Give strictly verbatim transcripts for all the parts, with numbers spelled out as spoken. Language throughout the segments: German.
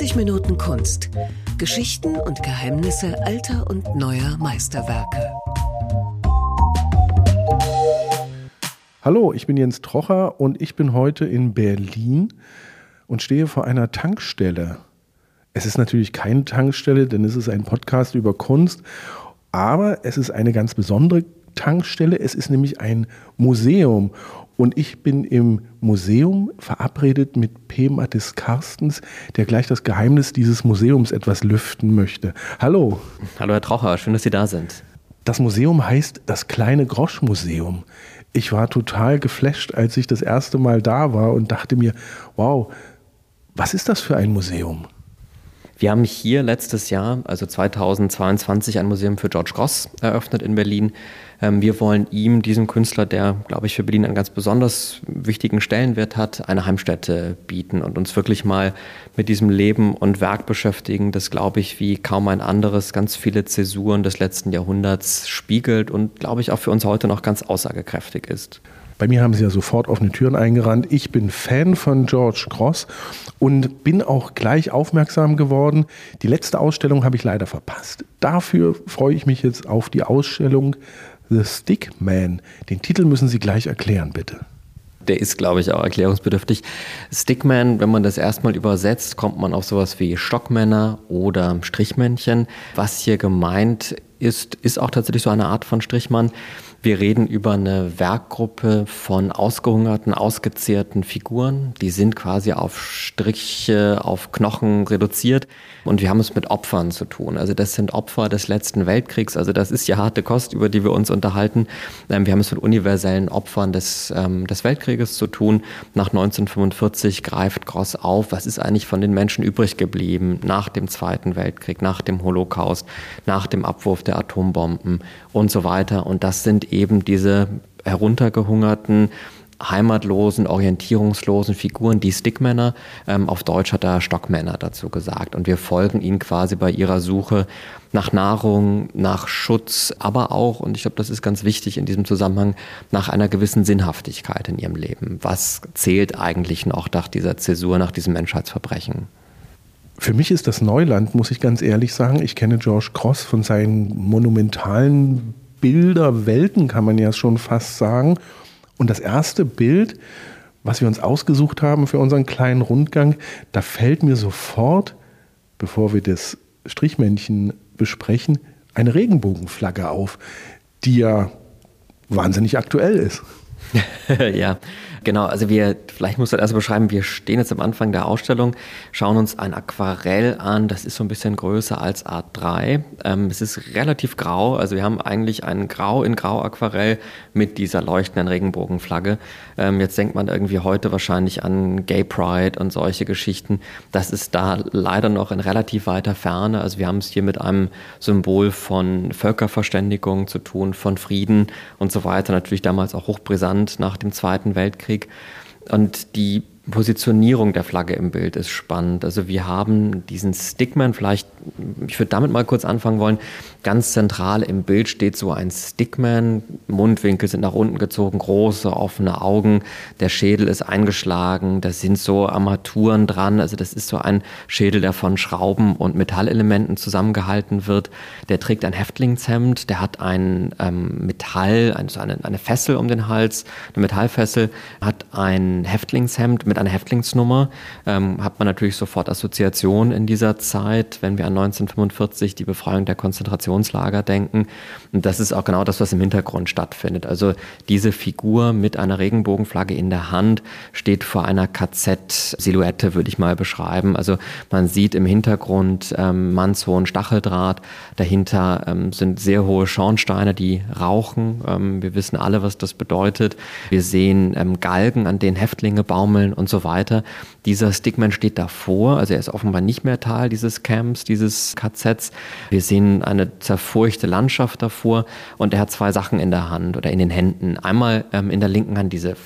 neunzig Minuten Kunst. Geschichten und Geheimnisse alter und neuer Meisterwerke. Hallo, ich bin Jens Trocher und ich bin heute in Berlin und stehe vor einer Tankstelle. Es ist natürlich keine Tankstelle, denn es ist ein Podcast über Kunst, aber es ist eine ganz besondere Tankstelle. Es ist nämlich ein Museum und ich bin im Museum verabredet mit P. Mathis Karstens, der gleich das Geheimnis dieses Museums etwas lüften möchte. Hallo. Hallo Herr Trocher, schön, dass Sie da sind. Das Museum heißt das Kleine Grosch-Museum. Ich war total geflasht, als ich das erste Mal da war und dachte mir, wow, was ist das für ein Museum? Wir haben hier letztes Jahr, also zweitausendzweiundzwanzig, ein Museum für George Grosz eröffnet in Berlin. Wir wollen ihm, diesem Künstler, der, glaube ich, für Berlin einen ganz besonders wichtigen Stellenwert hat, eine Heimstätte bieten und uns wirklich mal mit diesem Leben und Werk beschäftigen, das, glaube ich, wie kaum ein anderes ganz viele Zäsuren des letzten Jahrhunderts spiegelt und, glaube ich, auch für uns heute noch ganz aussagekräftig ist. Bei mir haben sie ja sofort offene Türen eingerannt. Ich bin Fan von George Grosz und bin auch gleich aufmerksam geworden. Die letzte Ausstellung habe ich leider verpasst. Dafür freue ich mich jetzt auf die Ausstellung The Stickman. Den Titel müssen Sie gleich erklären, bitte. Der ist, glaube ich, auch erklärungsbedürftig. Stickman, wenn man das erstmal übersetzt, kommt man auf sowas wie Stockmänner oder Strichmännchen. Was hier gemeint ist, ist auch tatsächlich so eine Art von Strichmann. Wir reden über eine Werkgruppe von ausgehungerten, ausgezehrten Figuren. Die sind quasi auf Striche, auf Knochen reduziert. Und wir haben es mit Opfern zu tun. Also das sind Opfer des letzten Weltkriegs. Also das ist ja harte Kost, über die wir uns unterhalten. Wir haben es mit universellen Opfern des, ähm, des Weltkrieges zu tun. Nach neunzehnhundertfünfundvierzig greift Grosz auf, was ist eigentlich von den Menschen übrig geblieben nach dem Zweiten Weltkrieg, nach dem Holocaust, nach dem Abwurf der Atombomben und so weiter. Und das sind eben diese heruntergehungerten, heimatlosen, orientierungslosen Figuren, die Stickmänner. Ähm, auf Deutsch hat er Stockmänner dazu gesagt. Und wir folgen ihnen quasi bei ihrer Suche nach Nahrung, nach Schutz, aber auch, und ich glaube, das ist ganz wichtig in diesem Zusammenhang, nach einer gewissen Sinnhaftigkeit in ihrem Leben. Was zählt eigentlich noch nach dieser Zäsur, nach diesem Menschheitsverbrechen? Für mich ist das Neuland, muss ich ganz ehrlich sagen. Ich kenne George Grosz von seinen monumentalen Bilderwelten, kann man ja schon fast sagen. Und das erste Bild, was wir uns ausgesucht haben für unseren kleinen Rundgang, da fällt mir sofort, bevor wir das Strichmännchen besprechen, eine Regenbogenflagge auf, die ja wahnsinnig aktuell ist. Ja, genau. Also wir, vielleicht muss ich das erst beschreiben, wir stehen jetzt am Anfang der Ausstellung, schauen uns ein Aquarell an, das ist so ein bisschen größer als A drei. Ähm, es ist relativ grau, also wir haben eigentlich ein Grau in Grau Aquarell mit dieser leuchtenden Regenbogenflagge. Ähm, jetzt denkt man irgendwie heute wahrscheinlich an Gay Pride und solche Geschichten. Das ist da leider noch in relativ weiter Ferne. Also wir haben es hier mit einem Symbol von Völkerverständigung zu tun, von Frieden und so weiter. Natürlich damals auch hochbrisant nach dem Zweiten Weltkrieg. Und die Positionierung der Flagge im Bild ist spannend. Also wir haben diesen Stickman, vielleicht, ich würde damit mal kurz anfangen wollen, ganz zentral im Bild steht so ein Stickman, Mundwinkel sind nach unten gezogen, große offene Augen, der Schädel ist eingeschlagen, da sind so Armaturen dran, also das ist so ein Schädel, der von Schrauben und Metallelementen zusammengehalten wird. Der trägt ein Häftlingshemd, der hat ein ähm, Metall, also eine, eine Fessel um den Hals, eine Metallfessel, hat ein Häftlingshemd mit einer Häftlingsnummer, ähm, hat man natürlich sofort Assoziationen in dieser Zeit, wenn wir an neunzehnhundertfünfundvierzig die Befreiung der Konzentrationslager denken. Und das ist auch genau das, was im Hintergrund stattfindet. Also diese Figur mit einer Regenbogenflagge in der Hand steht vor einer K Z-Silhouette, würde ich mal beschreiben. Also man sieht im Hintergrund ähm, mannshohen Stacheldraht, dahinter ähm, sind sehr hohe Schornsteine, die rauchen. Ähm, wir wissen alle, was das bedeutet. Wir sehen ähm, Galgen, an denen Häftlinge baumeln und so weiter. Dieser Stickman steht davor, also er ist offenbar nicht mehr Teil dieses Camps, dieses K Zs. Wir sehen eine zerfurchte Landschaft davor und er hat zwei Sachen in der Hand oder in den Händen. Einmal ähm, in der linken Hand diese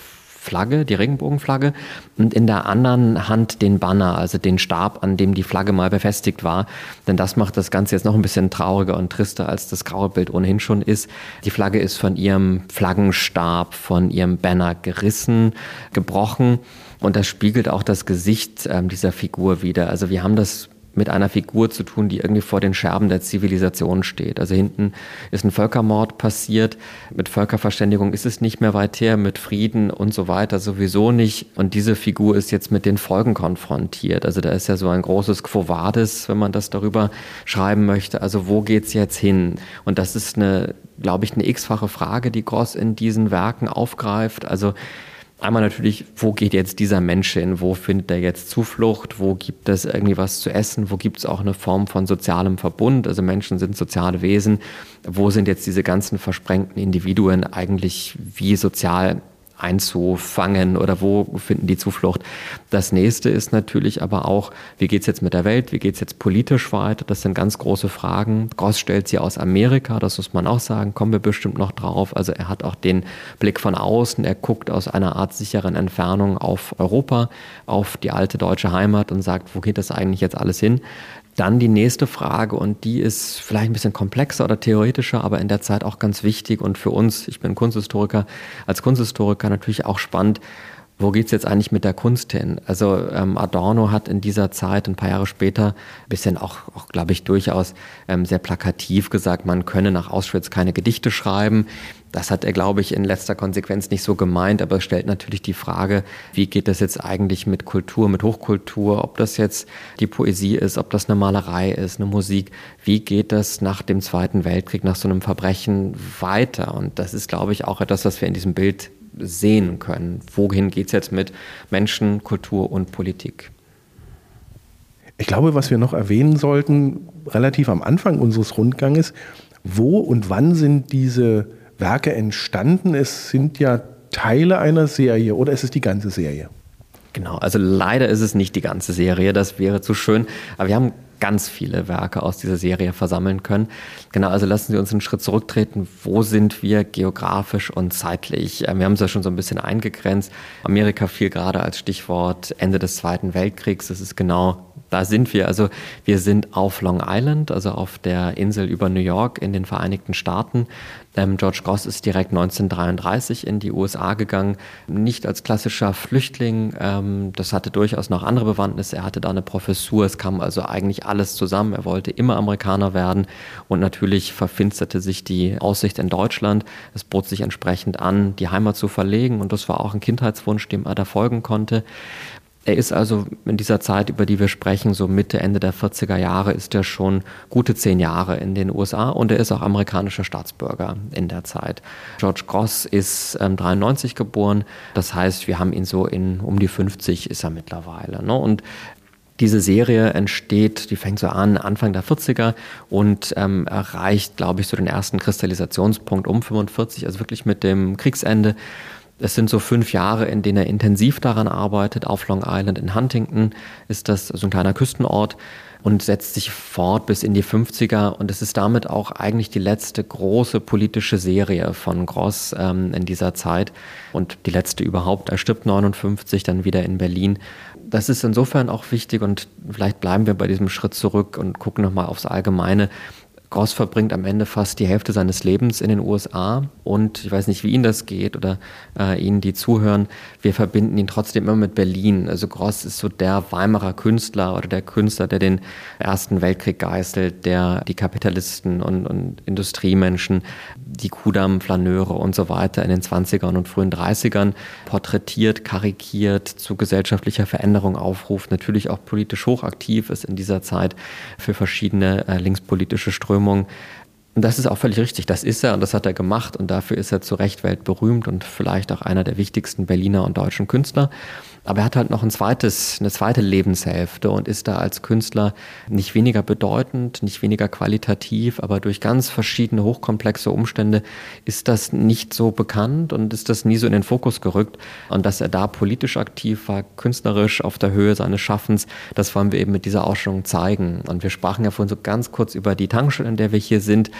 Flagge, die Regenbogenflagge, und in der anderen Hand den Banner, also den Stab, an dem die Flagge mal befestigt war. Denn das macht das Ganze jetzt noch ein bisschen trauriger und trister, als das graue Bild ohnehin schon ist. Die Flagge ist von ihrem Flaggenstab, von ihrem Banner gerissen, gebrochen, und das spiegelt auch das Gesicht äh, dieser Figur wider. Also wir haben das mit einer Figur zu tun, die irgendwie vor den Scherben der Zivilisation steht. Also hinten ist ein Völkermord passiert, mit Völkerverständigung ist es nicht mehr weit her, mit Frieden und so weiter sowieso nicht. Und diese Figur ist jetzt mit den Folgen konfrontiert. Also da ist ja so ein großes Quo Vadis, wenn man das darüber schreiben möchte. Also wo geht's jetzt hin? Und das ist eine, glaube ich, eine x-fache Frage, die Gross in diesen Werken aufgreift. Also einmal natürlich, wo geht jetzt dieser Mensch hin? Wo findet er jetzt Zuflucht? Wo gibt es irgendwie was zu essen? Wo gibt es auch eine Form von sozialem Verbund? Also Menschen sind soziale Wesen. Wo sind jetzt diese ganzen versprengten Individuen eigentlich wie sozial einzufangen oder wo finden die Zuflucht? Das nächste ist natürlich aber auch, wie geht es jetzt mit der Welt, wie geht es jetzt politisch weiter? Das sind ganz große Fragen. Gross stellt sie aus Amerika, das muss man auch sagen, kommen wir bestimmt noch drauf. Also er hat auch den Blick von außen, er guckt aus einer Art sicheren Entfernung auf Europa, auf die alte deutsche Heimat und sagt, wo geht das eigentlich jetzt alles hin? Dann die nächste Frage, und die ist vielleicht ein bisschen komplexer oder theoretischer, aber in der Zeit auch ganz wichtig und für uns, ich bin Kunsthistoriker, als Kunsthistoriker natürlich auch spannend, wo geht's jetzt eigentlich mit der Kunst hin? Also ähm, Adorno hat in dieser Zeit, ein paar Jahre später, ein bisschen auch, auch glaube ich, durchaus ähm, sehr plakativ gesagt, man könne nach Auschwitz keine Gedichte schreiben. Das hat er, glaube ich, in letzter Konsequenz nicht so gemeint, aber es stellt natürlich die Frage, wie geht das jetzt eigentlich mit Kultur, mit Hochkultur, ob das jetzt die Poesie ist, ob das eine Malerei ist, eine Musik, wie geht das nach dem Zweiten Weltkrieg, nach so einem Verbrechen weiter? Und das ist, glaube ich, auch etwas, was wir in diesem Bild sehen können. Wohin geht es jetzt mit Menschen, Kultur und Politik? Ich glaube, was wir noch erwähnen sollten, relativ am Anfang unseres Rundganges, wo und wann sind diese Werke entstanden? Es sind ja Teile einer Serie, oder ist es die ganze Serie? Genau, also leider ist es nicht die ganze Serie, das wäre zu schön, aber wir haben ganz viele Werke aus dieser Serie versammeln können. Genau, also lassen Sie uns einen Schritt zurücktreten. Wo sind wir geografisch und zeitlich? Wir haben es ja schon so ein bisschen eingegrenzt. Amerika fiel gerade als Stichwort, Ende des Zweiten Weltkriegs. Das ist genau, da sind wir. Also wir sind auf Long Island, also auf der Insel über New York in den Vereinigten Staaten. Ähm, George Gross ist direkt neunzehnhundertdreiunddreißig in die U S A gegangen, nicht als klassischer Flüchtling. Ähm, das hatte durchaus noch andere Bewandtnisse. Er hatte da eine Professur. Es kam also eigentlich alles zusammen. Er wollte immer Amerikaner werden und natürlich verfinsterte sich die Aussicht in Deutschland. Es bot sich entsprechend an, die Heimat zu verlegen, und das war auch ein Kindheitswunsch, dem er da folgen konnte. Er ist also in dieser Zeit, über die wir sprechen, so Mitte, Ende der vierziger Jahre, ist er schon gute zehn Jahre in den U S A, und er ist auch amerikanischer Staatsbürger in der Zeit. George Gross ist ähm, dreiundneunzig geboren, das heißt, wir haben ihn so in um die fünfzig ist er mittlerweile, ne? Und diese Serie entsteht, die fängt so an, Anfang der vierziger und ähm, erreicht, glaube ich, so den ersten Kristallisationspunkt um fünfundvierzig, also wirklich mit dem Kriegsende. Es sind so fünf Jahre, in denen er intensiv daran arbeitet. Auf Long Island in Huntington ist das so ein kleiner Küstenort und setzt sich fort bis in die fünfziger. Und es ist damit auch eigentlich die letzte große politische Serie von Gross ähm, in dieser Zeit und die letzte überhaupt. Er stirbt neunundfünfzig, dann wieder in Berlin. Das ist insofern auch wichtig, und vielleicht bleiben wir bei diesem Schritt zurück und gucken nochmal aufs Allgemeine. Gross verbringt am Ende fast die Hälfte seines Lebens in den U S A, und ich weiß nicht, wie Ihnen das geht oder äh, Ihnen, die zuhören, wir verbinden ihn trotzdem immer mit Berlin. Also Gross ist so der Weimarer Künstler oder der Künstler, der den Ersten Weltkrieg geißelt, der die Kapitalisten und, und Industriemenschen, die Kudamm-Flaneure und so weiter in den zwanzigern und frühen dreißigern porträtiert, karikiert, zu gesellschaftlicher Veränderung aufruft, natürlich auch politisch hochaktiv ist in dieser Zeit für verschiedene äh, linkspolitische Strömungen. Und das ist auch völlig richtig, das ist er und das hat er gemacht, und dafür ist er zu Recht weltberühmt und vielleicht auch einer der wichtigsten Berliner und deutschen Künstler. Aber er hat halt noch ein zweites, eine zweite Lebenshälfte und ist da als Künstler nicht weniger bedeutend, nicht weniger qualitativ, aber durch ganz verschiedene hochkomplexe Umstände ist das nicht so bekannt und ist das nie so in den Fokus gerückt. Und dass er da politisch aktiv war, künstlerisch auf der Höhe seines Schaffens, das wollen wir eben mit dieser Ausstellung zeigen. Und wir sprachen ja vorhin so ganz kurz über die Tankstelle, in der wir hier sind.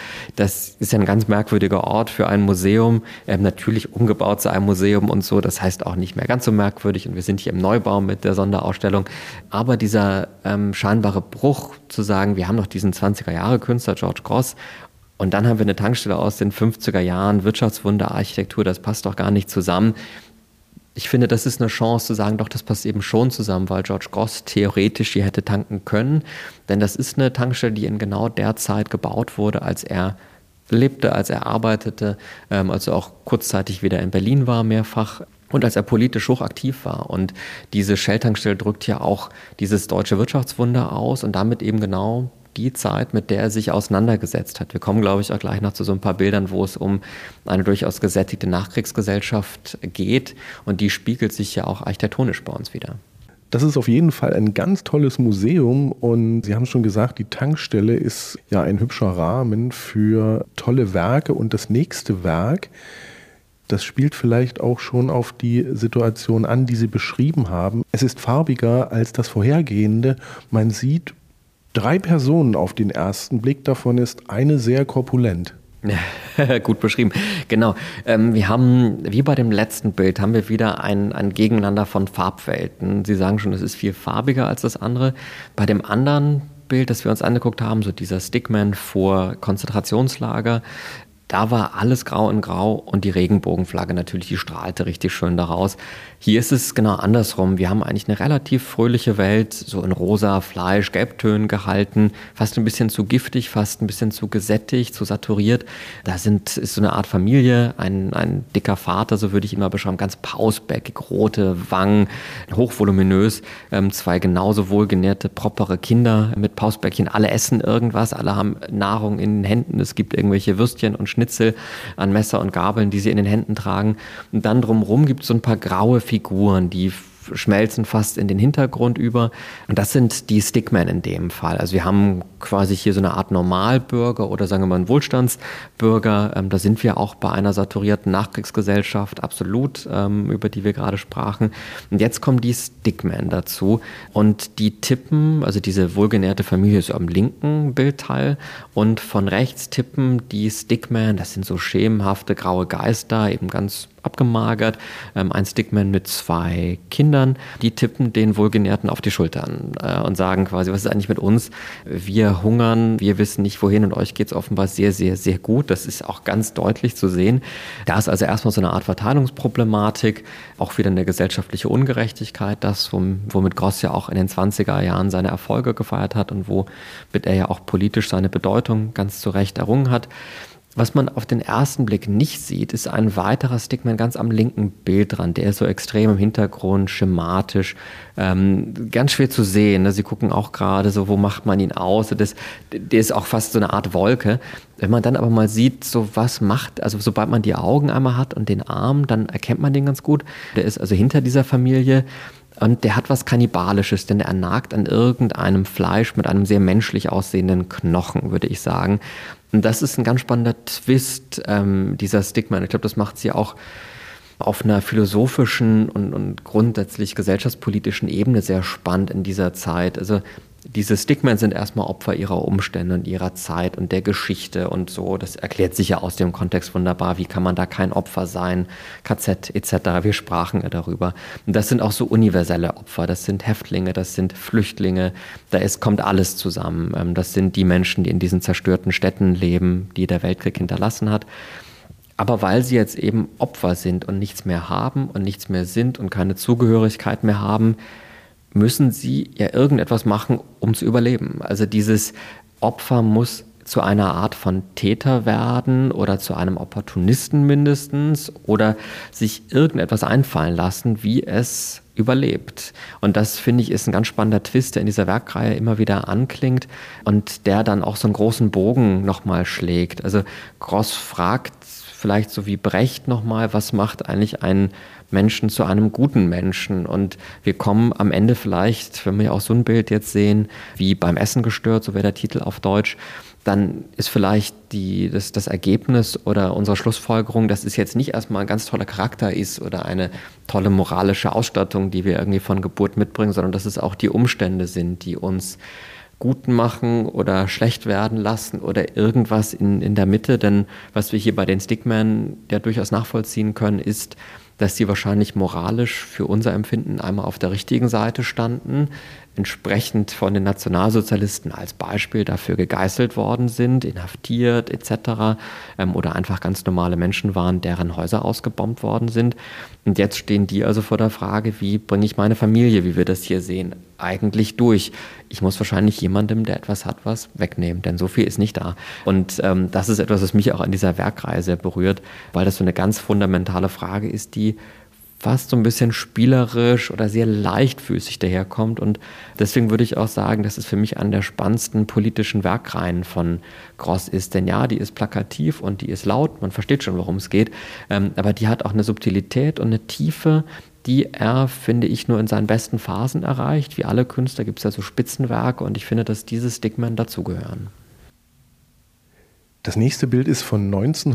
Das ist ja ein ganz merkwürdiger Ort für ein Museum, ähm, natürlich umgebaut zu einem Museum und so. Das heißt auch nicht mehr ganz so merkwürdig und wir sind hier im Neubau mit der Sonderausstellung. Aber dieser ähm, scheinbare Bruch zu sagen, wir haben noch diesen zwanziger-Jahre-Künstler George Grosz und dann haben wir eine Tankstelle aus den fünfziger Jahren, Wirtschaftswunder, Architektur, das passt doch gar nicht zusammen. Ich finde, das ist eine Chance zu sagen, doch, das passt eben schon zusammen, weil George Grosz theoretisch hier hätte tanken können. Denn das ist eine Tankstelle, die in genau der Zeit gebaut wurde, als er lebte, als er arbeitete, ähm, als er auch kurzzeitig wieder in Berlin war, mehrfach. Und als er politisch hochaktiv war. Und diese Shell-Tankstelle drückt ja auch dieses deutsche Wirtschaftswunder aus und damit eben genau die Zeit, mit der er sich auseinandergesetzt hat. Wir kommen, glaube ich, auch gleich noch zu so ein paar Bildern, wo es um eine durchaus gesättigte Nachkriegsgesellschaft geht. Und die spiegelt sich ja auch architektonisch bei uns wieder. Das ist auf jeden Fall ein ganz tolles Museum und Sie haben schon gesagt, die Tankstelle ist ja ein hübscher Rahmen für tolle Werke und das nächste Werk, das spielt vielleicht auch schon auf die Situation an, die Sie beschrieben haben. Es ist farbiger als das vorhergehende. Man sieht drei Personen auf den ersten Blick, davon ist eine sehr korpulent. Gut beschrieben. Genau. Ähm, wir haben, wie bei dem letzten Bild, haben wir wieder ein, ein Gegeneinander von Farbwelten. Sie sagen schon, es ist viel farbiger als das andere. Bei dem anderen Bild, das wir uns angeguckt haben, so dieser Stickman vor Konzentrationslager, da war alles grau in grau und die Regenbogenflagge natürlich, die strahlte richtig schön daraus. Hier ist es genau andersrum. Wir haben eigentlich eine relativ fröhliche Welt, so in rosa, Fleisch, Gelbtönen gehalten, fast ein bisschen zu giftig, fast ein bisschen zu gesättigt, zu saturiert. Da sind, ist so eine Art Familie, ein, ein dicker Vater, so würde ich ihn mal beschreiben, ganz pausbäckig, rote Wangen, hochvoluminös, ähm, zwei genauso wohlgenährte, propere Kinder mit Pausbäckchen. Alle essen irgendwas, alle haben Nahrung in den Händen. Es gibt irgendwelche Würstchen und Schnitzel an Messer und Gabeln, die sie in den Händen tragen. Und dann drumherum gibt es so ein paar graue Figuren, die schmelzen fast in den Hintergrund über. Und das sind die Stickmen in dem Fall. Also wir haben quasi hier so eine Art Normalbürger oder sagen wir mal einen Wohlstandsbürger. Ähm, da sind wir auch bei einer saturierten Nachkriegsgesellschaft, absolut, ähm, über die wir gerade sprachen. Und jetzt kommen die Stickmen dazu. Und die tippen, also diese wohlgenährte Familie ist am linken Bildteil. Und von rechts tippen die Stickmen, das sind so schemenhafte graue Geister, eben ganz abgemagert, ähm, ein Stickman mit zwei Kindern, die tippen den Wohlgenährten auf die Schultern äh, und sagen quasi, was ist eigentlich mit uns? Wir hungern, wir wissen nicht wohin und euch geht es offenbar sehr, sehr, sehr gut. Das ist auch ganz deutlich zu sehen. Da ist also erstmal so eine Art Verteilungsproblematik, auch wieder eine gesellschaftliche Ungerechtigkeit, das, womit Grosz ja auch in den zwanziger Jahren seine Erfolge gefeiert hat und womit er ja auch politisch seine Bedeutung ganz zu Recht errungen hat. Was man auf den ersten Blick nicht sieht, ist ein weiterer Stickman ganz am linken Bildrand. Der ist so extrem im Hintergrund, schematisch, ähm, ganz schwer zu sehen. Sie gucken auch gerade so, wo macht man ihn aus? Das, der ist auch fast so eine Art Wolke. Wenn man dann aber mal sieht, so was macht, also sobald man die Augen einmal hat und den Arm, dann erkennt man den ganz gut. Der ist also hinter dieser Familie. Und der hat was Kannibalisches, denn er nagt an irgendeinem Fleisch mit einem sehr menschlich aussehenden Knochen, würde ich sagen. Und das ist ein ganz spannender Twist, ähm, dieser Stickman. Ich glaube, das macht sie auch auf einer philosophischen und, und grundsätzlich gesellschaftspolitischen Ebene sehr spannend in dieser Zeit. Also diese Stickmen sind erstmal Opfer ihrer Umstände und ihrer Zeit und der Geschichte und so. Das erklärt sich ja aus dem Kontext wunderbar. Wie kann man da kein Opfer sein? K Z et cetera. Wir sprachen ja darüber. Und das sind auch so universelle Opfer. Das sind Häftlinge, das sind Flüchtlinge. Da ist, kommt alles zusammen. Das sind die Menschen, die in diesen zerstörten Städten leben, die der Weltkrieg hinterlassen hat. Aber weil sie jetzt eben Opfer sind und nichts mehr haben und nichts mehr sind und keine Zugehörigkeit mehr haben, müssen sie ja irgendetwas machen, um zu überleben. Also dieses Opfer muss zu einer Art von Täter werden oder zu einem Opportunisten mindestens oder sich irgendetwas einfallen lassen, wie es überlebt. Und das, finde ich, ist ein ganz spannender Twist, der in dieser Werkreihe immer wieder anklingt und der dann auch so einen großen Bogen nochmal schlägt. Also Grosz fragt vielleicht so wie Brecht nochmal, was macht eigentlich einen Menschen zu einem guten Menschen? Und wir kommen am Ende vielleicht, wenn wir auch so ein Bild jetzt sehen, wie beim Essen gestört, so wäre der Titel auf Deutsch, dann ist vielleicht die, das, das Ergebnis oder unsere Schlussfolgerung, dass es jetzt nicht erstmal ein ganz toller Charakter ist oder eine tolle moralische Ausstattung, die wir irgendwie von Geburt mitbringen, sondern dass es auch die Umstände sind, die uns gut machen oder schlecht werden lassen oder irgendwas in, in der Mitte. Denn was wir hier bei den Stickmen ja durchaus nachvollziehen können, ist, dass sie wahrscheinlich moralisch für unser Empfinden einmal auf der richtigen Seite standen, entsprechend von den Nationalsozialisten als Beispiel dafür gegeißelt worden sind, inhaftiert et cetera ähm, oder einfach ganz normale Menschen waren, deren Häuser ausgebombt worden sind. Und jetzt stehen die also vor der Frage, wie bringe ich meine Familie, wie wir das hier sehen, eigentlich durch. Ich muss wahrscheinlich jemandem, der etwas hat, was wegnehmen, denn so viel ist nicht da. Und ähm, das ist etwas, was mich auch an dieser Werkreise berührt, weil das so eine ganz fundamentale Frage ist, die fast so ein bisschen spielerisch oder sehr leichtfüßig daherkommt. Und deswegen würde ich auch sagen, dass es für mich eine der spannendsten politischen Werkreihen von Gross ist. Denn ja, die ist plakativ und die ist laut, man versteht schon, worum es geht, ähm, aber die hat auch eine Subtilität und eine Tiefe, die er, finde ich, nur in seinen besten Phasen erreicht. Wie alle Künstler gibt es ja so Spitzenwerke und ich finde, dass diese Stickmen dazugehören. Das nächste Bild ist von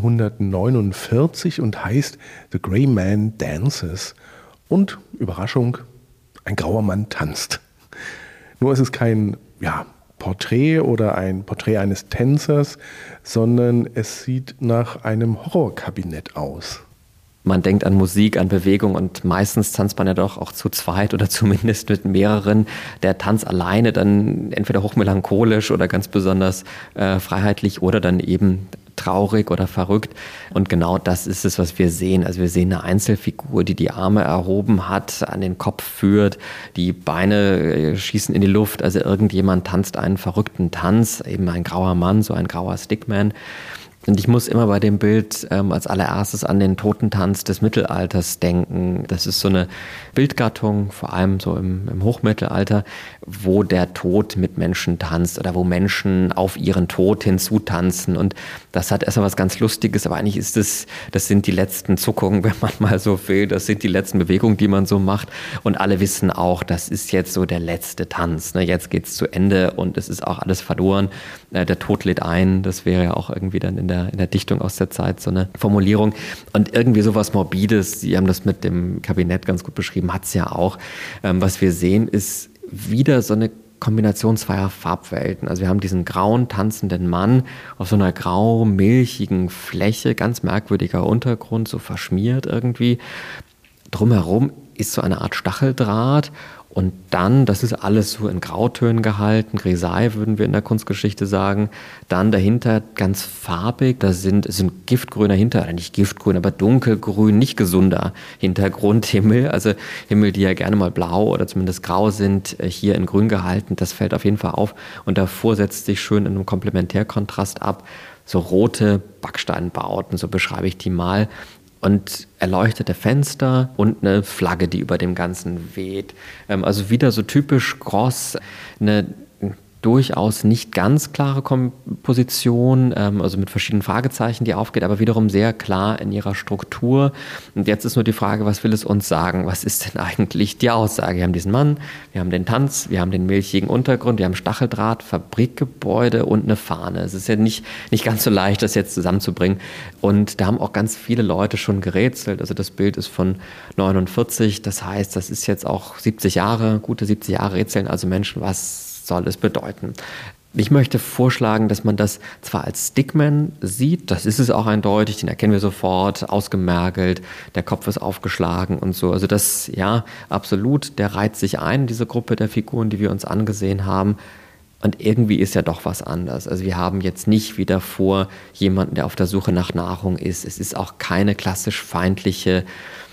neunzehnhundertneunundvierzig und heißt The Grey Man Dances. Und, Überraschung, ein grauer Mann tanzt. Nur ist es kein ja, Porträt oder ein Porträt eines Tänzers, sondern es sieht nach einem Horrorkabinett aus. Man denkt an Musik, an Bewegung und meistens tanzt man ja doch auch zu zweit oder zumindest mit mehreren. Der Tanz alleine dann entweder hochmelancholisch oder ganz besonders äh, freiheitlich oder dann eben traurig oder verrückt. Und genau das ist es, was wir sehen. Also wir sehen eine Einzelfigur, die die Arme erhoben hat, an den Kopf führt, die Beine äh, schießen in die Luft. Also irgendjemand tanzt einen verrückten Tanz, eben ein grauer Mann, so ein grauer Stickman. Und ich muss immer bei dem Bild ähm, als allererstes an den Totentanz des Mittelalters denken. Das ist so eine Bildgattung, vor allem so im, im Hochmittelalter, wo der Tod mit Menschen tanzt oder wo Menschen auf ihren Tod hinzutanzen. Und das hat erstmal was ganz Lustiges, aber eigentlich ist es, das sind die letzten Zuckungen, wenn man mal so will. Das sind die letzten Bewegungen, die man so macht. Und alle wissen auch, das ist jetzt so der letzte Tanz. Ne? Jetzt geht's zu Ende und es ist auch alles verloren. Äh, der Tod lädt ein. Das wäre ja auch irgendwie dann in der in der Dichtung aus der Zeit so eine Formulierung und irgendwie sowas Morbides, Sie haben das mit dem Kabinett ganz gut beschrieben, hat es ja auch. Ähm, was wir sehen, ist wieder so eine Kombination zweier Farbwelten. Also wir haben diesen grauen, tanzenden Mann auf so einer grau-milchigen Fläche, ganz merkwürdiger Untergrund, so verschmiert irgendwie. Drumherum ist so eine Art Stacheldraht. Und dann, das ist alles so in Grautönen gehalten, Grisaille würden wir in der Kunstgeschichte sagen. Dann dahinter ganz farbig, da sind, es sind giftgrüner Hintergrund, nicht giftgrün, aber dunkelgrün, nicht gesunder Hintergrundhimmel. Also Himmel, die ja gerne mal blau oder zumindest grau sind, hier in grün gehalten. Das fällt auf jeden Fall auf. Und davor setzt sich schön in einem Komplementärkontrast ab. So rote Backsteinbauten, so beschreibe ich die mal. Und erleuchtete Fenster und eine Flagge, die über dem Ganzen weht. Also wieder so typisch Gross, eine durchaus nicht ganz klare Komposition, also mit verschiedenen Fragezeichen, die aufgeht, aber wiederum sehr klar in ihrer Struktur. Und jetzt ist nur die Frage, was will es uns sagen? Was ist denn eigentlich die Aussage? Wir haben diesen Mann, wir haben den Tanz, wir haben den milchigen Untergrund, wir haben Stacheldraht, Fabrikgebäude und eine Fahne. Es ist ja nicht, nicht ganz so leicht, das jetzt zusammenzubringen. Und da haben auch ganz viele Leute schon gerätselt. Also das Bild ist von neunundvierzig, das heißt, das ist jetzt auch siebzig Jahre, gute siebzig Jahre rätseln also Menschen, was soll es bedeuten. Ich möchte vorschlagen, dass man das zwar als Stickman sieht, das ist es auch eindeutig, den erkennen wir sofort, ausgemergelt, der Kopf ist aufgeschlagen und so. Also das, ja, absolut, der reiht sich ein, diese Gruppe der Figuren, die wir uns angesehen haben. Und irgendwie ist ja doch was anders. Also wir haben jetzt nicht wieder vor jemanden, der auf der Suche nach Nahrung ist. Es ist auch keine klassisch feindliche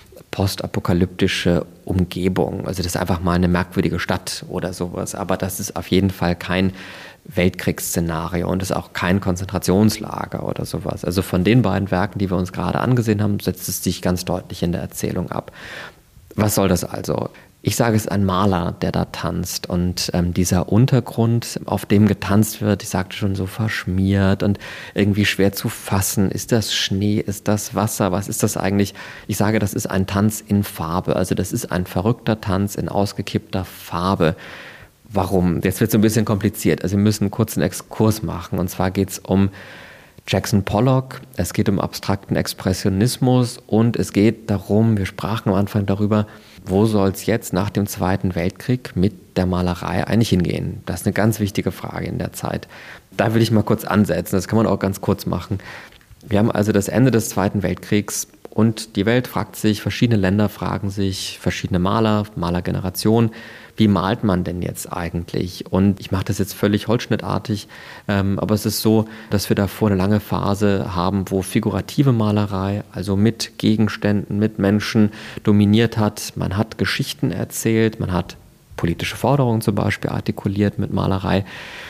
postapokalyptische Umgebung. Also das ist einfach mal eine merkwürdige Stadt oder sowas. Aber das ist auf jeden Fall kein Weltkriegsszenario und ist auch kein Konzentrationslager oder sowas. Also von den beiden Werken, die wir uns gerade angesehen haben, setzt es sich ganz deutlich in der Erzählung ab. Was soll das also? Ich sage, es ist ein Maler, der da tanzt und ähm, dieser Untergrund, auf dem getanzt wird, ich sagte schon, so verschmiert und irgendwie schwer zu fassen. Ist das Schnee? Ist das Wasser? Was ist das eigentlich? Ich sage, das ist ein Tanz in Farbe. Also das ist ein verrückter Tanz in ausgekippter Farbe. Warum? Jetzt wird es ein bisschen kompliziert. Also wir müssen einen kurzen Exkurs machen. Und zwar geht es um Jackson Pollock, es geht um abstrakten Expressionismus und es geht darum, wir sprachen am Anfang darüber, wo soll es jetzt nach dem Zweiten Weltkrieg mit der Malerei eigentlich hingehen? Das ist eine ganz wichtige Frage in der Zeit. Da will ich mal kurz ansetzen, das kann man auch ganz kurz machen. Wir haben also das Ende des Zweiten Weltkriegs und die Welt fragt sich, verschiedene Länder fragen sich, verschiedene Maler, Malergenerationen, wie malt man denn jetzt eigentlich? Und ich mache das jetzt völlig holzschnittartig, ähm, aber es ist so, dass wir davor eine lange Phase haben, wo figurative Malerei, also mit Gegenständen, mit Menschen dominiert hat. Man hat Geschichten erzählt, man hat politische Forderungen zum Beispiel artikuliert mit Malerei.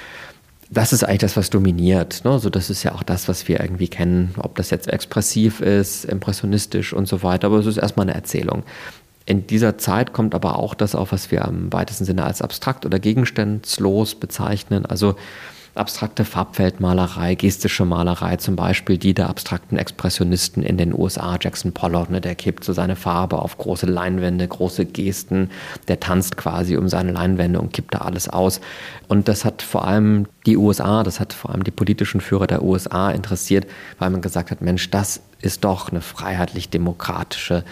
Das ist eigentlich das, was dominiert. Ne? Also das ist ja auch das, was wir irgendwie kennen, ob das jetzt expressiv ist, impressionistisch und so weiter. Aber es ist erstmal eine Erzählung. In dieser Zeit kommt aber auch das auf, was wir im weitesten Sinne als abstrakt oder gegenstandslos bezeichnen. Also abstrakte Farbfeldmalerei, gestische Malerei zum Beispiel, die der abstrakten Expressionisten in den U S A, Jackson Pollock, ne, der kippt so seine Farbe auf große Leinwände, große Gesten, der tanzt quasi um seine Leinwände und kippt da alles aus. Und das hat vor allem die U S A, das hat vor allem die politischen Führer der U S A interessiert, weil man gesagt hat, Mensch, das ist doch eine freiheitlich-demokratische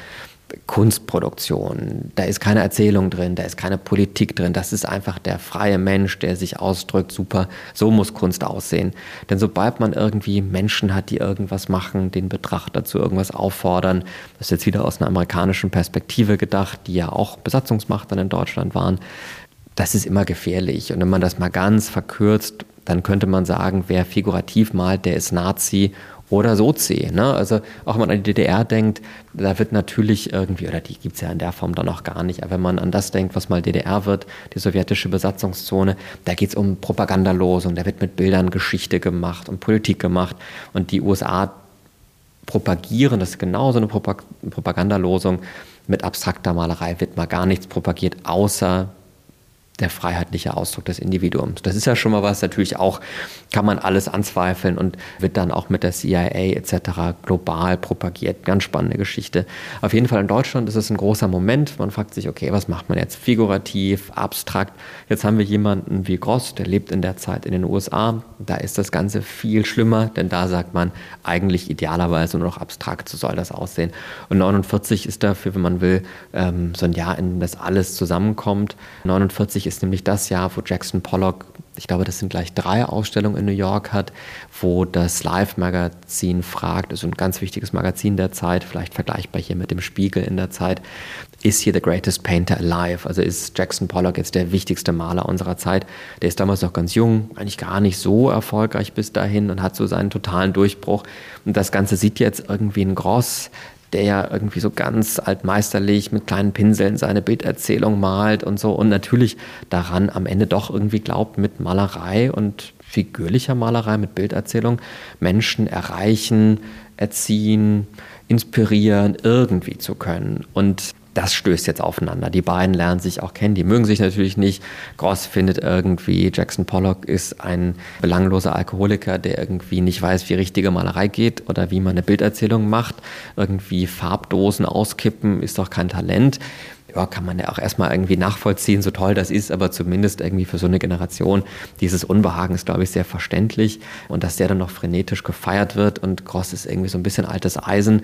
Kunstproduktion. Da ist keine Erzählung drin, da ist keine Politik drin. Das ist einfach der freie Mensch, der sich ausdrückt. Super, so muss Kunst aussehen. Denn sobald man irgendwie Menschen hat, die irgendwas machen, den Betrachter zu irgendwas auffordern, das ist jetzt wieder aus einer amerikanischen Perspektive gedacht, die ja auch Besatzungsmacht dann in Deutschland waren, das ist immer gefährlich. Und wenn man das mal ganz verkürzt, dann könnte man sagen, wer figurativ malt, der ist Nazi oder Sozi. Ne? Also auch wenn man an die D D R denkt, da wird natürlich irgendwie, oder die gibt es ja in der Form dann noch gar nicht, aber wenn man an das denkt, was mal D D R wird, die sowjetische Besatzungszone, da geht es um Propagandalosung, da wird mit Bildern Geschichte gemacht und Politik gemacht und die U S A propagieren, das ist genauso eine Propagandalosung, mit abstrakter Malerei wird mal gar nichts propagiert, außer der freiheitliche Ausdruck des Individuums. Das ist ja schon mal was, natürlich auch, kann man alles anzweifeln und wird dann auch mit der C I A et cetera global propagiert. Ganz spannende Geschichte. Auf jeden Fall in Deutschland ist es ein großer Moment. Man fragt sich, okay, was macht man jetzt? Figurativ, abstrakt. Jetzt haben wir jemanden wie Gross, der lebt in der Zeit in den U S A. Da ist das Ganze viel schlimmer, denn da sagt man eigentlich idealerweise nur noch abstrakt, so soll das aussehen. Und neunundvierzig ist dafür, wenn man will, so ein Jahr, in dem das alles zusammenkommt. neunundvierzig ist nämlich das Jahr, wo Jackson Pollock, ich glaube, das sind gleich drei Ausstellungen in New York hat, wo das Life-Magazin fragt, also ein ganz wichtiges Magazin der Zeit, vielleicht vergleichbar hier mit dem Spiegel in der Zeit, ist hier the greatest painter alive? Also ist Jackson Pollock jetzt der wichtigste Maler unserer Zeit? Der ist damals noch ganz jung, eigentlich gar nicht so erfolgreich bis dahin und hat so seinen totalen Durchbruch. Und das Ganze sieht jetzt irgendwie ein Gross, der ja irgendwie so ganz altmeisterlich mit kleinen Pinseln seine Bilderzählung malt und so und natürlich daran am Ende doch irgendwie glaubt, mit Malerei und figürlicher Malerei, mit Bilderzählung Menschen erreichen, erziehen, inspirieren, irgendwie zu können. Und das stößt jetzt aufeinander. Die beiden lernen sich auch kennen, die mögen sich natürlich nicht. Gross findet irgendwie, Jackson Pollock ist ein belangloser Alkoholiker, der irgendwie nicht weiß, wie richtige Malerei geht oder wie man eine Bilderzählung macht. Irgendwie Farbdosen auskippen ist doch kein Talent. Ja, kann man ja auch erstmal irgendwie nachvollziehen, so toll das ist, aber zumindest irgendwie für so eine Generation, dieses Unbehagen ist, glaube ich, sehr verständlich. Und dass der dann noch frenetisch gefeiert wird und Gross ist irgendwie so ein bisschen altes Eisen,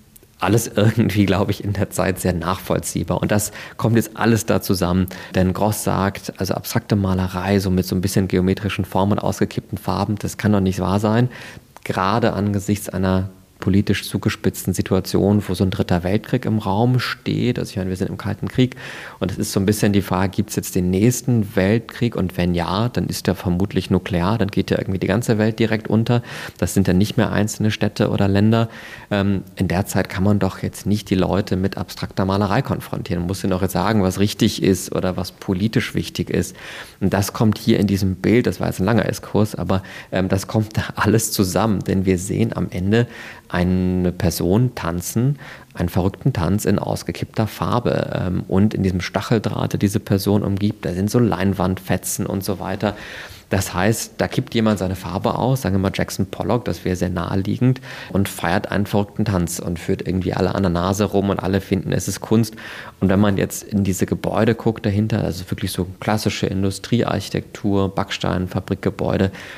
alles irgendwie, glaube ich, in der Zeit sehr nachvollziehbar. Und das kommt jetzt alles da zusammen. Denn Gross sagt, also abstrakte Malerei, so mit so ein bisschen geometrischen Formen und ausgekippten Farben, das kann doch nicht wahr sein. Gerade angesichts einer politisch zugespitzten Situation, wo so ein dritter Weltkrieg im Raum steht. Also ich meine, wir sind im Kalten Krieg und es ist so ein bisschen die Frage, gibt es jetzt den nächsten Weltkrieg und wenn ja, dann ist der vermutlich nuklear, dann geht ja irgendwie die ganze Welt direkt unter. Das sind dann nicht mehr einzelne Städte oder Länder. Ähm, in der Zeit kann man doch jetzt nicht die Leute mit abstrakter Malerei konfrontieren. Man muss ihnen auch jetzt sagen, was richtig ist oder was politisch wichtig ist. Und das kommt hier in diesem Bild, das war jetzt ein langer Exkurs, aber ähm, das kommt da alles zusammen, denn wir sehen am Ende eine Person tanzen, einen verrückten Tanz in ausgekippter Farbe ähm, und in diesem Stacheldraht, der diese Person umgibt, da sind so Leinwandfetzen und so weiter. Das heißt, da kippt jemand seine Farbe aus, sagen wir mal Jackson Pollock, das wäre sehr naheliegend, und feiert einen verrückten Tanz und führt irgendwie alle an der Nase rum und alle finden, es ist Kunst. Und wenn man jetzt in diese Gebäude guckt dahinter, also wirklich so klassische Industriearchitektur, Backstein, Fabrikgebäude,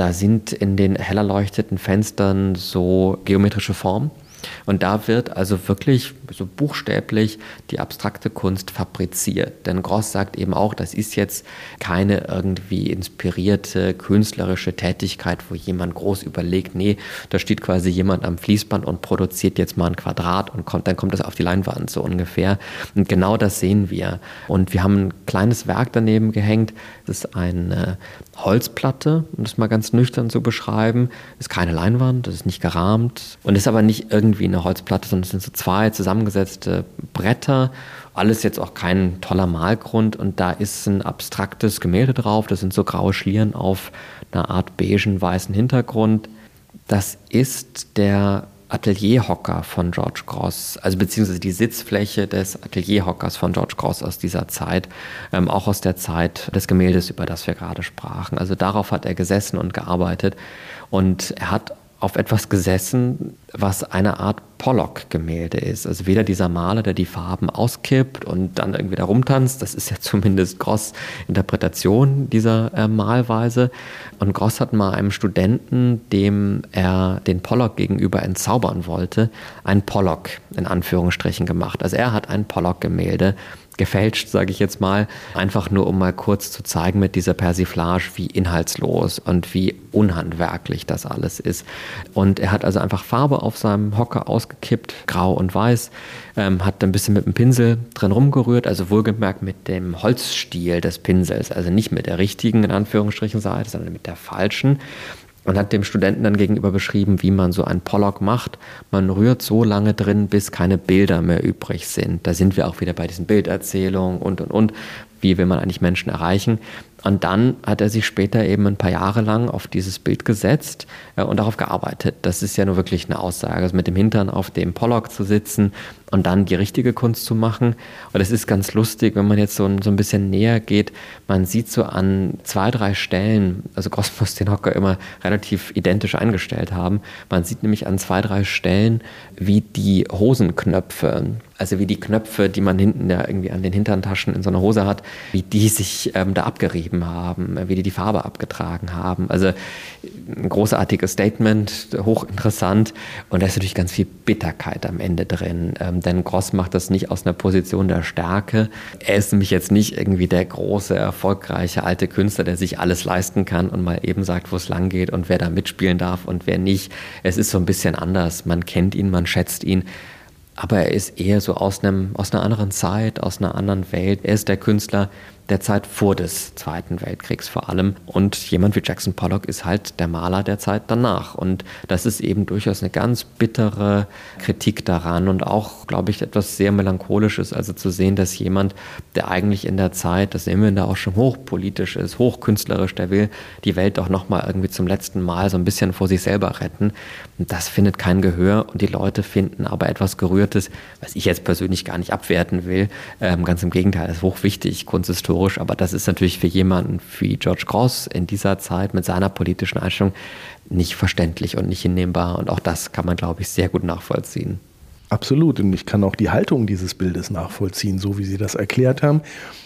da sind in den hell erleuchteten Fenstern so geometrische Formen. Und da wird also wirklich so buchstäblich die abstrakte Kunst fabriziert. Denn Gross sagt eben auch, das ist jetzt keine irgendwie inspirierte künstlerische Tätigkeit, wo jemand groß überlegt, nee, da steht quasi jemand am Fließband und produziert jetzt mal ein Quadrat und kommt, dann kommt das auf die Leinwand so ungefähr. Und genau das sehen wir. Und wir haben ein kleines Werk daneben gehängt. Das ist eine Holzplatte, um das mal ganz nüchtern zu beschreiben. Das ist keine Leinwand, das ist nicht gerahmt und ist aber nicht irgendwie wie eine Holzplatte, sondern es sind so zwei zusammengesetzte Bretter. Alles jetzt auch kein toller Malgrund und da ist ein abstraktes Gemälde drauf. Das sind so graue Schlieren auf einer Art beigen, weißen Hintergrund. Das ist der Atelierhocker von George Grosz, also beziehungsweise die Sitzfläche des Atelierhockers von George Grosz aus dieser Zeit, ähm, auch aus der Zeit des Gemäldes, über das wir gerade sprachen. Also darauf hat er gesessen und gearbeitet und er hat auf etwas gesessen, was eine Art Pollock-Gemälde ist. Also weder dieser Maler, der die Farben auskippt und dann irgendwie da rumtanzt, das ist ja zumindest Grosz' Interpretation dieser äh, Malweise. Und Grosz hat mal einem Studenten, dem er den Pollock gegenüber entzaubern wollte, einen Pollock in Anführungsstrichen gemacht. Also er hat ein Pollock-Gemälde gefälscht, sage ich jetzt mal, einfach nur um mal kurz zu zeigen mit dieser Persiflage, wie inhaltslos und wie unhandwerklich das alles ist. Und er hat also einfach Farbe auf seinem Hocker ausgekippt, grau und weiß, ähm, hat ein bisschen mit dem Pinsel drin rumgerührt, also wohlgemerkt mit dem Holzstiel des Pinsels, also nicht mit der richtigen, in Anführungsstrichen, Seite, sondern mit der falschen. Und hat dem Studenten dann gegenüber beschrieben, wie man so einen Pollock macht. Man rührt so lange drin, bis keine Bilder mehr übrig sind. Da sind wir auch wieder bei diesen Bilderzählungen und, und, und. Wie will man eigentlich Menschen erreichen? Und dann hat er sich später eben ein paar Jahre lang auf dieses Bild gesetzt äh, und darauf gearbeitet. Das ist ja nur wirklich eine Aussage, also mit dem Hintern auf dem Pollock zu sitzen und dann die richtige Kunst zu machen. Und das ist ganz lustig, wenn man jetzt so ein, so ein bisschen näher geht. Man sieht so an zwei, drei Stellen, also Grosz muss den Hocker immer relativ identisch eingestellt haben. Man sieht nämlich an zwei, drei Stellen, wie die Hosenknöpfe, also wie die Knöpfe, die man hinten ja irgendwie an den Hinterntaschen in so einer Hose hat, wie die sich ähm, da abgerieben haben, wie die die Farbe abgetragen haben. Also ein großartiges Statement, hochinteressant. Und da ist natürlich ganz viel Bitterkeit am Ende drin. Ähm, denn Grosz macht das nicht aus einer Position der Stärke. Er ist nämlich jetzt nicht irgendwie der große, erfolgreiche alte Künstler, der sich alles leisten kann und mal eben sagt, wo es lang geht und wer da mitspielen darf und wer nicht. Es ist so ein bisschen anders. Man kennt ihn, man schätzt ihn. Aber er ist eher so aus, einem, aus einer anderen Zeit, aus einer anderen Welt. Er ist der Künstler der Zeit vor des Zweiten Weltkriegs vor allem. Und jemand wie Jackson Pollock ist halt der Maler der Zeit danach. Und das ist eben durchaus eine ganz bittere Kritik daran und auch, glaube ich, etwas sehr Melancholisches. Also zu sehen, dass jemand, der eigentlich in der Zeit, das sehen wir da auch schon hochpolitisch ist, hochkünstlerisch, der will die Welt doch nochmal irgendwie zum letzten Mal so ein bisschen vor sich selber retten. Und das findet kein Gehör. Und die Leute finden aber etwas Gerührtes, was ich jetzt persönlich gar nicht abwerten will. Ähm, ganz im Gegenteil, das ist hochwichtig, kunsthistorisch. Aber das ist natürlich für jemanden wie George Grosz in dieser Zeit mit seiner politischen Einstellung nicht verständlich und nicht hinnehmbar. Und auch das kann man, glaube ich, sehr gut nachvollziehen. Absolut. Und ich kann auch die Haltung dieses Bildes nachvollziehen, so wie Sie das erklärt haben.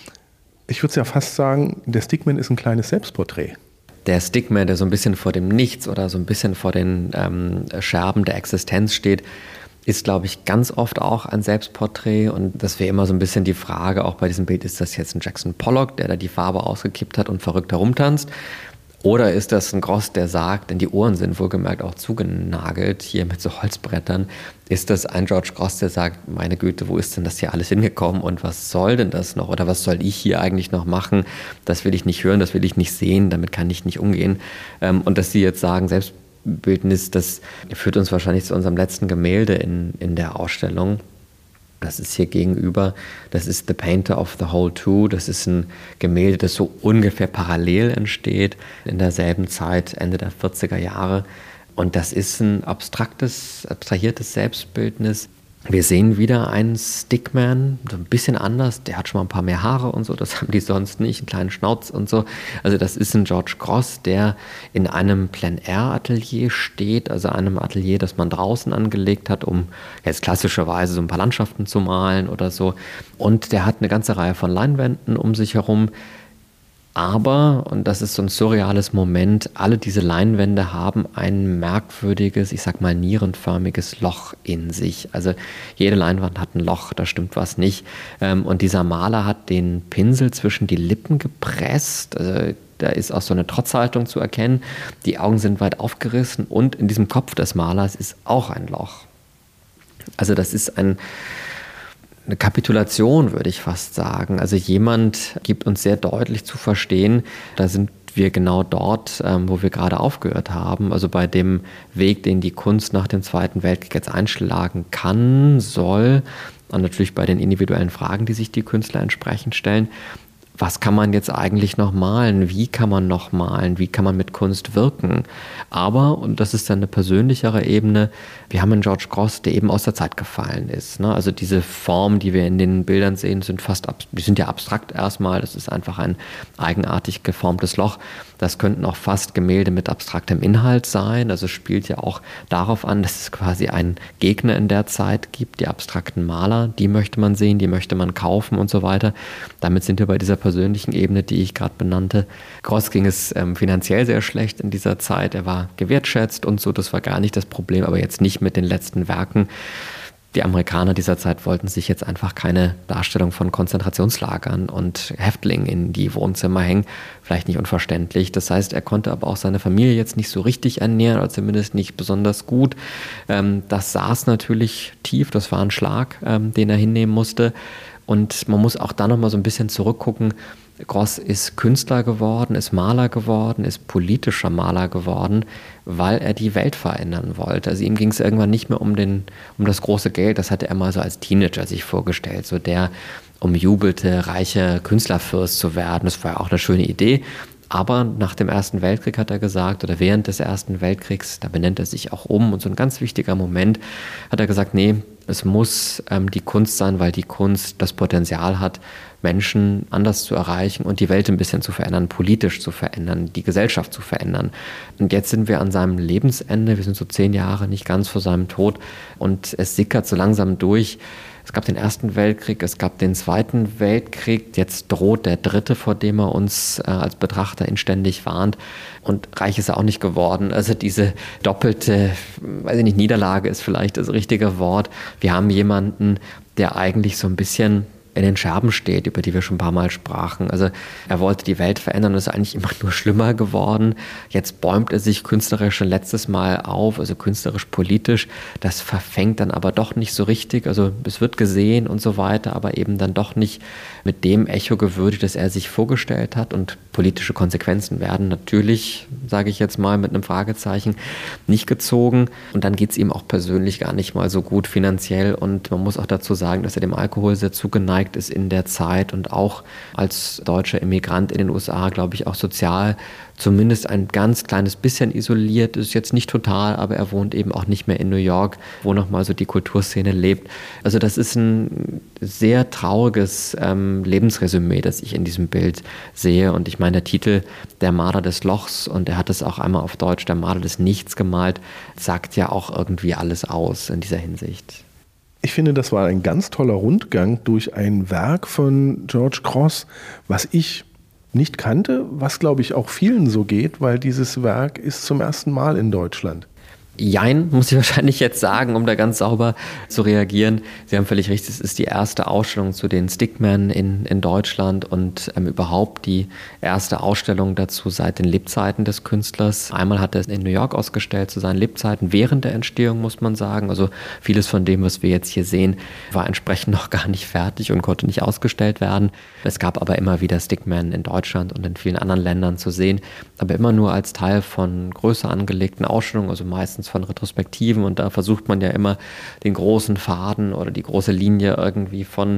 Ich würde es ja fast sagen, der Stickman ist ein kleines Selbstporträt. Der Stickman, der so ein bisschen vor dem Nichts oder so ein bisschen vor den ähm, Scherben der Existenz steht, ist, glaube ich, ganz oft auch ein Selbstporträt. Und das wäre immer so ein bisschen die Frage, auch bei diesem Bild, ist das jetzt ein Jackson Pollock, der da die Farbe ausgekippt hat und verrückt herumtanzt? Oder ist das ein Grosz, der sagt, denn die Ohren sind wohlgemerkt auch zugenagelt, hier mit so Holzbrettern, ist das ein George Grosz, der sagt, meine Güte, wo ist denn das hier alles hingekommen und was soll denn das noch? Oder was soll ich hier eigentlich noch machen? Das will ich nicht hören, das will ich nicht sehen, damit kann ich nicht umgehen. Und dass Sie jetzt sagen, selbst Bildnis, das führt uns wahrscheinlich zu unserem letzten Gemälde in, in der Ausstellung. Das ist hier gegenüber, das ist The Painter of the Whole Two. Das ist ein Gemälde, das so ungefähr parallel entsteht, in derselben Zeit, Ende der vierziger Jahre. Und das ist ein abstraktes, abstrahiertes Selbstbildnis. Wir sehen wieder einen Stickman, so ein bisschen anders, der hat schon mal ein paar mehr Haare und so, das haben die sonst nicht, einen kleinen Schnauz und so. Also das ist ein George Grosz, der in einem Plein-Air-Atelier steht, also einem Atelier, das man draußen angelegt hat, um jetzt klassischerweise so ein paar Landschaften zu malen oder so. Und der hat eine ganze Reihe von Leinwänden um sich herum. Aber, und das ist so ein surreales Moment, alle diese Leinwände haben ein merkwürdiges, ich sag mal nierenförmiges Loch in sich. Also jede Leinwand hat ein Loch, da stimmt was nicht. Und dieser Maler hat den Pinsel zwischen die Lippen gepresst. Also da ist auch so eine Trotzhaltung zu erkennen. Die Augen sind weit aufgerissen und in diesem Kopf des Malers ist auch ein Loch. Also das ist ein... eine Kapitulation, würde ich fast sagen. Also jemand gibt uns sehr deutlich zu verstehen, da sind wir genau dort, ähm, wo wir gerade aufgehört haben. Also bei dem Weg, den die Kunst nach dem Zweiten Weltkrieg jetzt einschlagen kann, soll, und natürlich bei den individuellen Fragen, die sich die Künstler entsprechend stellen. Was kann man jetzt eigentlich noch malen? Wie kann man noch malen? Wie kann man mit Kunst wirken? Aber, und das ist dann eine persönlichere Ebene, wir haben einen George Grosz, der eben aus der Zeit gefallen ist. Ne? Also diese Formen, die wir in den Bildern sehen, sind fast, die sind ja abstrakt erstmal. Das ist einfach ein eigenartig geformtes Loch. Das könnten auch fast Gemälde mit abstraktem Inhalt sein. Also es spielt ja auch darauf an, dass es quasi einen Gegner in der Zeit gibt, die abstrakten Maler. Die möchte man sehen, die möchte man kaufen und so weiter. Damit sind wir bei dieser persönlichen Ebene, die ich gerade benannte. Grosz ging es ähm, finanziell sehr schlecht in dieser Zeit. Er war gewertschätzt und so, das war gar nicht das Problem, aber jetzt nicht mit den letzten Werken. Die Amerikaner dieser Zeit wollten sich jetzt einfach keine Darstellung von Konzentrationslagern und Häftlingen in die Wohnzimmer hängen. Vielleicht nicht unverständlich. Das heißt, er konnte aber auch seine Familie jetzt nicht so richtig ernähren oder zumindest nicht besonders gut. Das saß natürlich tief. Das war ein Schlag, den er hinnehmen musste. Und man muss auch da nochmal so ein bisschen zurückgucken. Grosz ist Künstler geworden, ist Maler geworden, ist politischer Maler geworden, weil er die Welt verändern wollte. Also ihm ging es irgendwann nicht mehr um, den, um das große Geld, das hatte er mal so als Teenager sich vorgestellt, so der umjubelte, reiche Künstlerfürst zu werden. Das war ja auch eine schöne Idee. Aber nach dem Ersten Weltkrieg hat er gesagt, oder während des Ersten Weltkriegs, da benennt er sich auch um, und so ein ganz wichtiger Moment, hat er gesagt, nee, es muss ähm, die Kunst sein, weil die Kunst das Potenzial hat, Menschen anders zu erreichen und die Welt ein bisschen zu verändern, politisch zu verändern, die Gesellschaft zu verändern. Und jetzt sind wir an seinem Lebensende, wir sind so zehn Jahre nicht ganz vor seinem Tod und es sickert so langsam durch. Es gab den Ersten Weltkrieg, es gab den Zweiten Weltkrieg, jetzt droht der Dritte, vor dem er uns äh, als Betrachter inständig warnt. Und reich ist er auch nicht geworden. Also diese doppelte, weiß ich nicht, Niederlage ist vielleicht das richtige Wort. Wir haben jemanden, der eigentlich so ein bisschen in den Scherben steht, über die wir schon ein paar Mal sprachen. Also er wollte die Welt verändern und ist eigentlich immer nur schlimmer geworden. Jetzt bäumt er sich künstlerisch schon letztes Mal auf, also künstlerisch-politisch. Das verfängt dann aber doch nicht so richtig. Also es wird gesehen und so weiter, aber eben dann doch nicht mit dem Echo gewürdigt, das er sich vorgestellt hat. Und politische Konsequenzen werden natürlich, sage ich jetzt mal mit einem Fragezeichen, nicht gezogen. Und dann geht es ihm auch persönlich gar nicht mal so gut finanziell. Und man muss auch dazu sagen, dass er dem Alkohol sehr zugeneigt ist in der Zeit und auch als deutscher Immigrant in den U S A, glaube ich, auch sozial zumindest ein ganz kleines bisschen isoliert ist, jetzt nicht total, aber er wohnt eben auch nicht mehr in New York, wo nochmal so die Kulturszene lebt. Also das ist ein sehr trauriges ähm, Lebensresümee, das ich in diesem Bild sehe. Und ich meine, der Titel Der Maler des Lochs, und er hat es auch einmal auf Deutsch Der Maler des Nichts gemalt, sagt ja auch irgendwie alles aus in dieser Hinsicht. Ich finde, das war ein ganz toller Rundgang durch ein Werk von George Grosz, was ich nicht kannte, was, glaube ich, auch vielen so geht, weil dieses Werk ist zum ersten Mal in Deutschland. Jein, muss ich wahrscheinlich jetzt sagen, um da ganz sauber zu reagieren. Sie haben völlig recht, es ist die erste Ausstellung zu den Stickmen in, in Deutschland und ähm, überhaupt die erste Ausstellung dazu seit den Lebzeiten des Künstlers. Einmal hat er es in New York ausgestellt zu seinen Lebzeiten, während der Entstehung, muss man sagen. Also vieles von dem, was wir jetzt hier sehen, war entsprechend noch gar nicht fertig und konnte nicht ausgestellt werden. Es gab aber immer wieder Stickmen in Deutschland und in vielen anderen Ländern zu sehen, aber immer nur als Teil von größer angelegten Ausstellungen, also meistens von Retrospektiven, und da versucht man ja immer den großen Faden oder die große Linie irgendwie von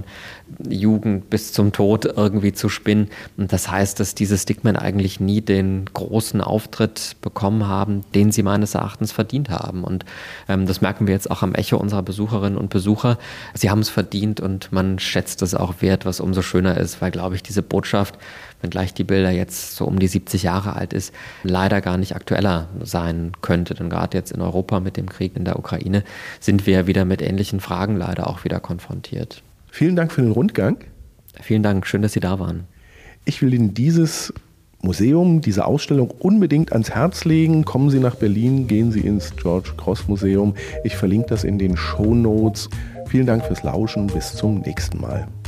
Jugend bis zum Tod irgendwie zu spinnen. Und das heißt, dass diese Stickmen eigentlich nie den großen Auftritt bekommen haben, den sie meines Erachtens verdient haben. Und ähm, das merken wir jetzt auch am Echo unserer Besucherinnen und Besucher. Sie haben es verdient und man schätzt es auch wert, was umso schöner ist, weil, glaube ich, diese Botschaft, wenngleich die Bilder jetzt so um die siebzig Jahre alt ist, leider gar nicht aktueller sein könnte. Denn gerade jetzt in Europa mit dem Krieg in der Ukraine sind wir ja wieder mit ähnlichen Fragen leider auch wieder konfrontiert. Vielen Dank für den Rundgang. Vielen Dank, schön, dass Sie da waren. Ich will Ihnen dieses Museum, diese Ausstellung unbedingt ans Herz legen. Kommen Sie nach Berlin, gehen Sie ins George Cross Museum. Ich verlinke das in den Shownotes. Vielen Dank fürs Lauschen. Bis zum nächsten Mal.